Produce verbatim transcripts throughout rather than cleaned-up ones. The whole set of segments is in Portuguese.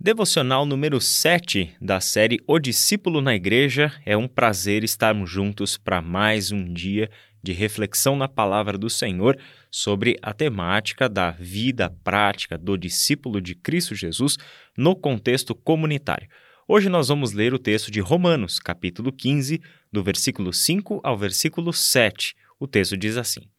Devocional número sete da série O Discípulo na Igreja. É um prazer estarmos juntos para mais um dia de reflexão na palavra do Senhor sobre a temática da vida prática do discípulo de Cristo Jesus no contexto comunitário. Hoje nós vamos ler o texto de Romanos, capítulo quinze, do versículo cinco ao versículo sete. O texto diz assim: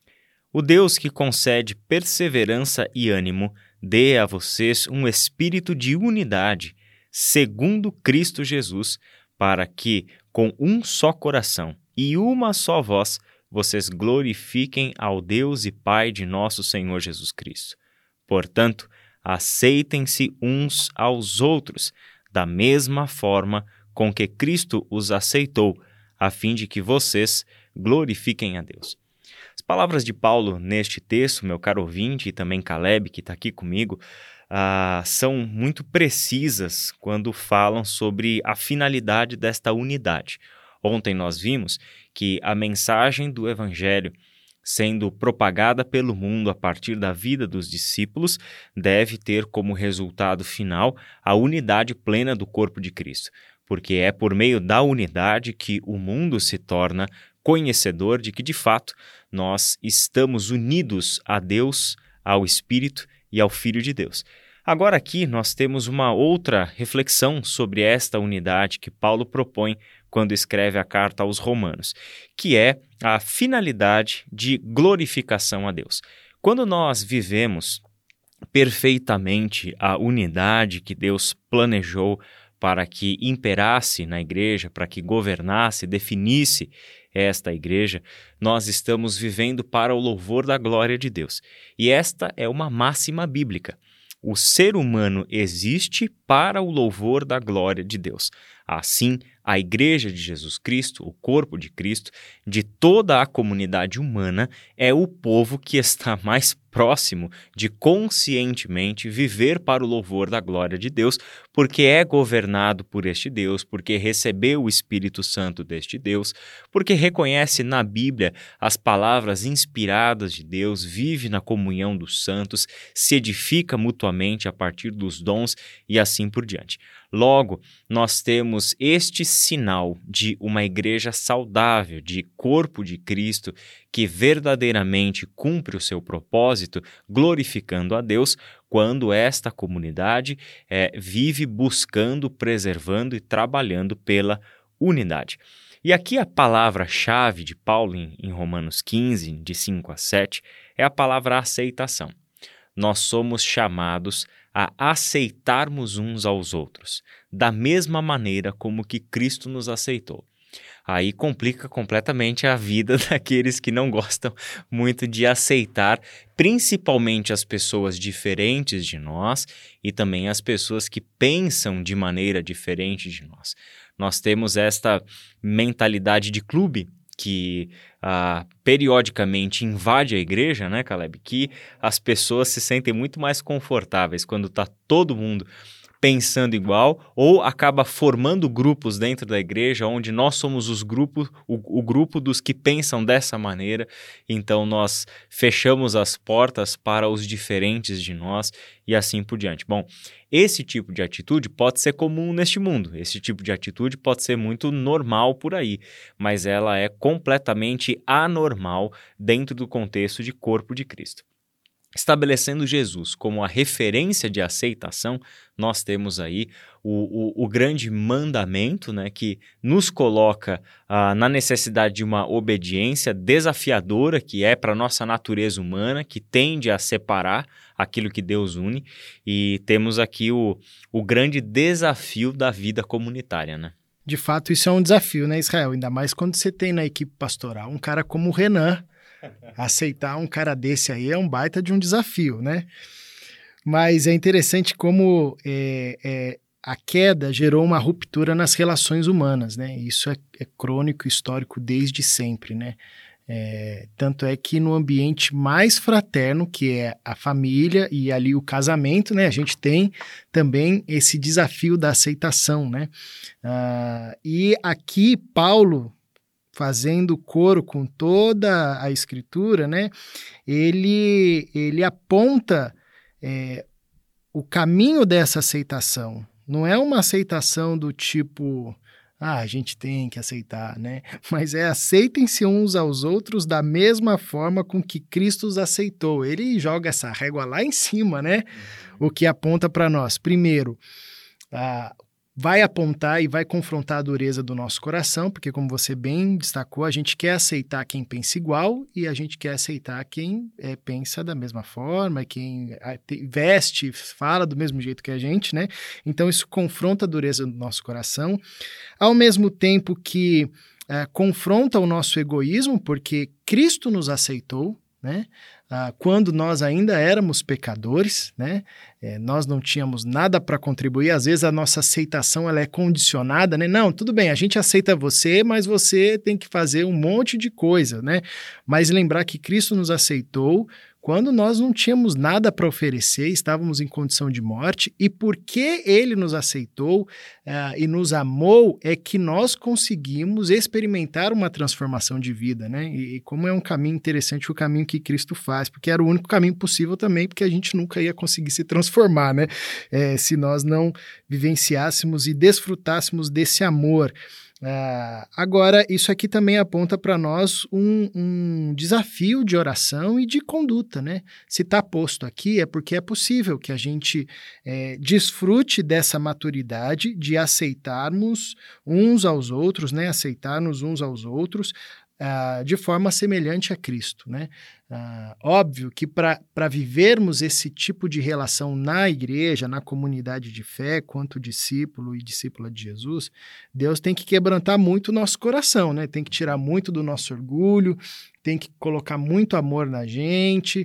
O Deus que concede perseverança e ânimo dê a vocês um espírito de unidade, segundo Cristo Jesus, para que, com um só coração e uma só voz, vocês glorifiquem ao Deus e Pai de nosso Senhor Jesus Cristo. Portanto, aceitem-se uns aos outros, da mesma forma com que Cristo os aceitou, a fim de que vocês glorifiquem a Deus. As palavras de Paulo neste texto, meu caro ouvinte, e também Caleb, que está aqui comigo, ah, são muito precisas quando falam sobre a finalidade desta unidade. Ontem nós vimos que a mensagem do Evangelho, sendo propagada pelo mundo a partir da vida dos discípulos, deve ter como resultado final a unidade plena do corpo de Cristo, porque é por meio da unidade que o mundo se torna conhecedor de que, de fato, nós estamos unidos a Deus, ao Espírito e ao Filho de Deus. Agora aqui nós temos uma outra reflexão sobre esta unidade que Paulo propõe quando escreve a carta aos Romanos, que é a finalidade de glorificação a Deus. Quando nós vivemos perfeitamente a unidade que Deus planejou para que imperasse na igreja, para que governasse, definisse esta igreja, nós estamos vivendo para o louvor da glória de Deus. E esta é uma máxima bíblica. O ser humano existe para o louvor da glória de Deus. Assim, a Igreja de Jesus Cristo, o corpo de Cristo, de toda a comunidade humana, é o povo que está mais próximo de conscientemente viver para o louvor da glória de Deus, porque é governado por este Deus, porque recebeu o Espírito Santo deste Deus, porque reconhece na Bíblia as palavras inspiradas de Deus, vive na comunhão dos santos, se edifica mutuamente a partir dos dons e assim por diante. Logo, nós temos este sinal de uma igreja saudável, de corpo de Cristo, que verdadeiramente cumpre o seu propósito, glorificando a Deus, quando esta comunidade é, vive buscando, preservando e trabalhando pela unidade. E aqui a palavra-chave de Paulo em, em Romanos quinze, de cinco a sete, é a palavra aceitação. Nós somos chamados a aceitarmos uns aos outros, da mesma maneira como que Cristo nos aceitou. Aí complica completamente a vida daqueles que não gostam muito de aceitar, principalmente as pessoas diferentes de nós e também as pessoas que pensam de maneira diferente de nós. Nós temos esta mentalidade de clube que ah, periodicamente invade a igreja, né, Caleb? Que as pessoas se sentem muito mais confortáveis quando está todo mundo pensando igual, ou acaba formando grupos dentro da igreja onde nós somos os grupos, o, o grupo dos que pensam dessa maneira, então nós fechamos as portas para os diferentes de nós e assim por diante. Bom, esse tipo de atitude pode ser comum neste mundo, esse tipo de atitude pode ser muito normal por aí, mas ela é completamente anormal dentro do contexto de corpo de Cristo. Estabelecendo Jesus como a referência de aceitação, nós temos aí o, o, o grande mandamento, né, que nos coloca ah, na necessidade de uma obediência desafiadora, que é para a nossa natureza humana, que tende a separar aquilo que Deus une, e temos aqui o, o grande desafio da vida comunitária, né? De fato, isso é um desafio, né, Israel? Ainda mais quando você tem na equipe pastoral um cara como o Renan. Aceitar um cara desse aí é um baita de um desafio, né? Mas é interessante como é, é, a queda gerou uma ruptura nas relações humanas, né? Isso é, é crônico, histórico desde sempre, né? É, tanto é que no ambiente mais fraterno, que é a família e ali o casamento, né? A gente tem também esse desafio da aceitação, né? Ah, e aqui Paulo, fazendo coro com toda a escritura, né, ele, ele aponta é, o caminho dessa aceitação não é uma aceitação do tipo, ah, a gente tem que aceitar, né? Mas é aceitem-se uns aos outros da mesma forma com que Cristo os aceitou. Ele joga essa régua lá em cima, né? Uhum. O que aponta para nós. Primeiro, ah, vai apontar e vai confrontar a dureza do nosso coração, porque como você bem destacou, a gente quer aceitar quem pensa igual e a gente quer aceitar quem é, pensa da mesma forma, quem veste, fala do mesmo jeito que a gente, né? Então isso confronta a dureza do nosso coração, ao mesmo tempo que é, confronta o nosso egoísmo, porque Cristo nos aceitou, né? Ah, quando nós ainda éramos pecadores, né? É, nós não tínhamos nada para contribuir, às vezes a nossa aceitação ela é condicionada, né? Não, tudo bem, a gente aceita você, mas você tem que fazer um monte de coisa, né? Mas lembrar que Cristo nos aceitou quando nós não tínhamos nada para oferecer, estávamos em condição de morte, e porque Ele nos aceitou uh, e nos amou, é que nós conseguimos experimentar uma transformação de vida, né? E, e como é um caminho interessante o caminho que Cristo faz, porque era o único caminho possível também, porque a gente nunca ia conseguir se transformar, né? É, se nós não vivenciássemos e desfrutássemos desse amor. Uh, agora, isso aqui também aponta para nós um, um desafio de oração e de conduta, né? Se está posto aqui é porque é possível que a gente é, desfrute dessa maturidade de aceitarmos uns aos outros, né? Aceitarmos uns aos outros uh, de forma semelhante a Cristo, né? Uh, óbvio que para vivermos esse tipo de relação na igreja, na comunidade de fé, quanto discípulo e discípula de Jesus, Deus tem que quebrantar muito o nosso coração, né? Tem que tirar muito do nosso orgulho, tem que colocar muito amor na gente,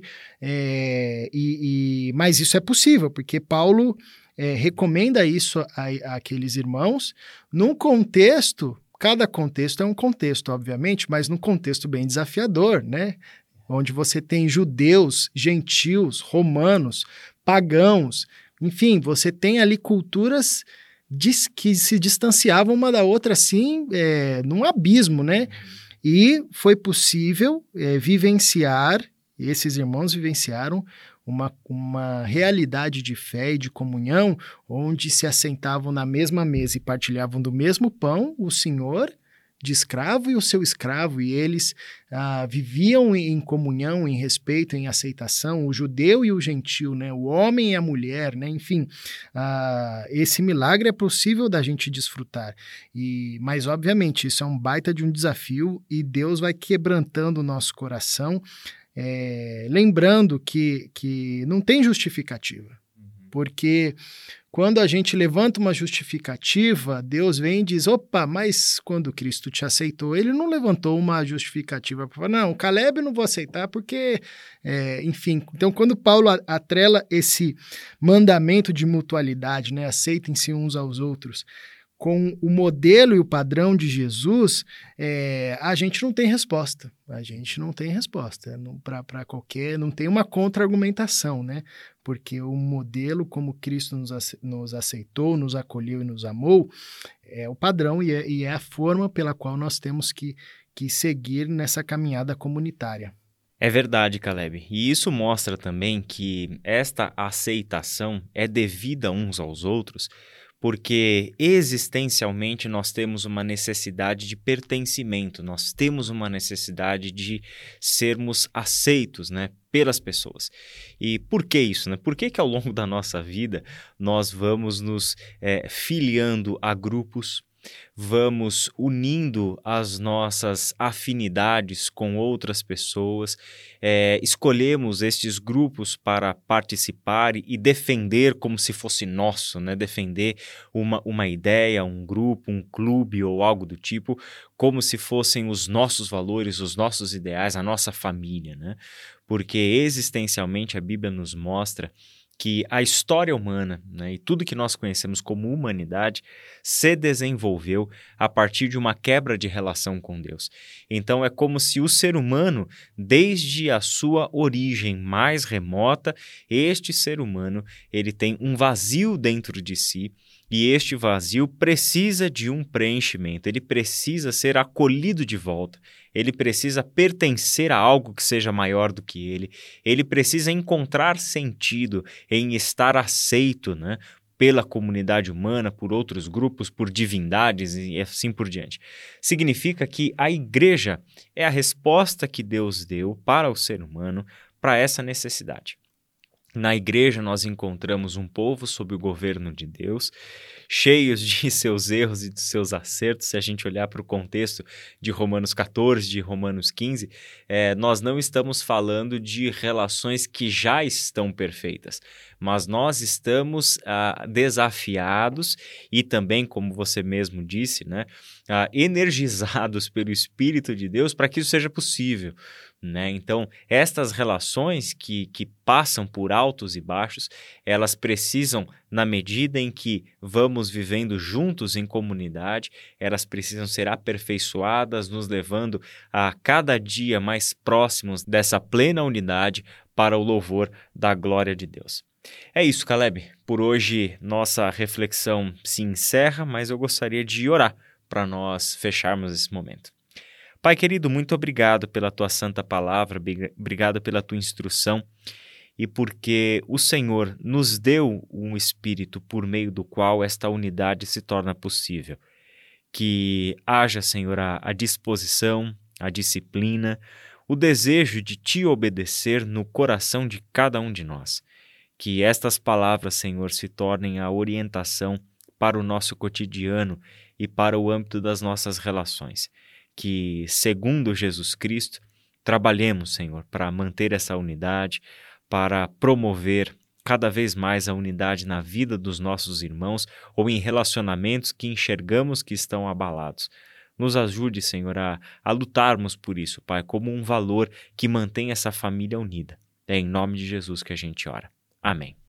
é, e, e, mas isso é possível, porque Paulo é, recomenda isso a, a aqueles irmãos num contexto, cada contexto é um contexto, obviamente, mas num contexto bem desafiador, né? Onde você tem judeus, gentios, romanos, pagãos, enfim, você tem ali culturas que se distanciavam uma da outra, assim, é, num abismo, né? E foi possível é, vivenciar, esses irmãos vivenciaram uma, uma realidade de fé e de comunhão, onde se assentavam na mesma mesa e partilhavam do mesmo pão, o Senhor de escravo e o seu escravo, e eles ah, viviam em comunhão, em respeito, em aceitação, o judeu e o gentil, né? O homem e a mulher, né? Enfim, ah, esse milagre é possível da gente desfrutar, e, mas obviamente isso é um baita de um desafio e Deus vai quebrantando o nosso coração, é, lembrando que, que não tem justificativa, uhum. Porque quando a gente levanta uma justificativa, Deus vem e diz, opa, mas quando Cristo te aceitou, ele não levantou uma justificativa para falar, não, Caleb não vou aceitar porque, é, enfim. Então, quando Paulo atrela esse mandamento de mutualidade, né, aceitem-se uns aos outros, com o modelo e o padrão de Jesus, é, a gente não tem resposta. A gente não tem resposta para qualquer... Não tem uma contra-argumentação, né? Porque o modelo como Cristo nos, nos aceitou, nos acolheu e nos amou, é o padrão e é, e é a forma pela qual nós temos que, que seguir nessa caminhada comunitária. É verdade, Caleb. E isso mostra também que esta aceitação é devida uns aos outros, porque existencialmente nós temos uma necessidade de pertencimento, nós temos uma necessidade de sermos aceitos, né, pelas pessoas. E por que isso, né? Por que que ao longo da nossa vida nós vamos nos é, filiando a grupos, vamos unindo as nossas afinidades com outras pessoas, é, escolhemos estes grupos para participar e defender como se fosse nosso, né? Defender uma, uma ideia, um grupo, um clube ou algo do tipo, como se fossem os nossos valores, os nossos ideais, a nossa família, né? Porque existencialmente a Bíblia nos mostra que a história humana, né, e tudo que nós conhecemos como humanidade se desenvolveu a partir de uma quebra de relação com Deus. Então é como se o ser humano, desde a sua origem mais remota, este ser humano ele tem um vazio dentro de si, e este vazio precisa de um preenchimento, ele precisa ser acolhido de volta, ele precisa pertencer a algo que seja maior do que ele, ele precisa encontrar sentido em estar aceito, né, pela comunidade humana, por outros grupos, por divindades e assim por diante. Significa que a igreja é a resposta que Deus deu para o ser humano para essa necessidade. Na igreja nós encontramos um povo sob o governo de Deus, cheios de seus erros e de seus acertos. Se a gente olhar para o contexto de Romanos catorze, de Romanos quinze, é, nós não estamos falando de relações que já estão perfeitas, mas nós estamos ah, desafiados e também, como você mesmo disse, né, ah, energizados pelo Espírito de Deus para que isso seja possível. Né? Então, estas relações que, que passam por altos e baixos, elas precisam, na medida em que vamos vivendo juntos em comunidade, elas precisam ser aperfeiçoadas, nos levando a cada dia mais próximos dessa plena unidade para o louvor da glória de Deus. É isso, Caleb. Por hoje, nossa reflexão se encerra, mas eu gostaria de orar para nós fecharmos esse momento. Pai querido, muito obrigado pela tua santa palavra, obrigado pela tua instrução e porque o Senhor nos deu um Espírito por meio do qual esta unidade se torna possível. Que haja, Senhor, a, a disposição, a disciplina, o desejo de te obedecer no coração de cada um de nós. Que estas palavras, Senhor, se tornem a orientação para o nosso cotidiano e para o âmbito das nossas relações. Que, segundo Jesus Cristo, trabalhemos, Senhor, para manter essa unidade, para promover cada vez mais a unidade na vida dos nossos irmãos ou em relacionamentos que enxergamos que estão abalados. Nos ajude, Senhor, a, a lutarmos por isso, Pai, como um valor que mantém essa família unida. É em nome de Jesus que a gente ora. Amém.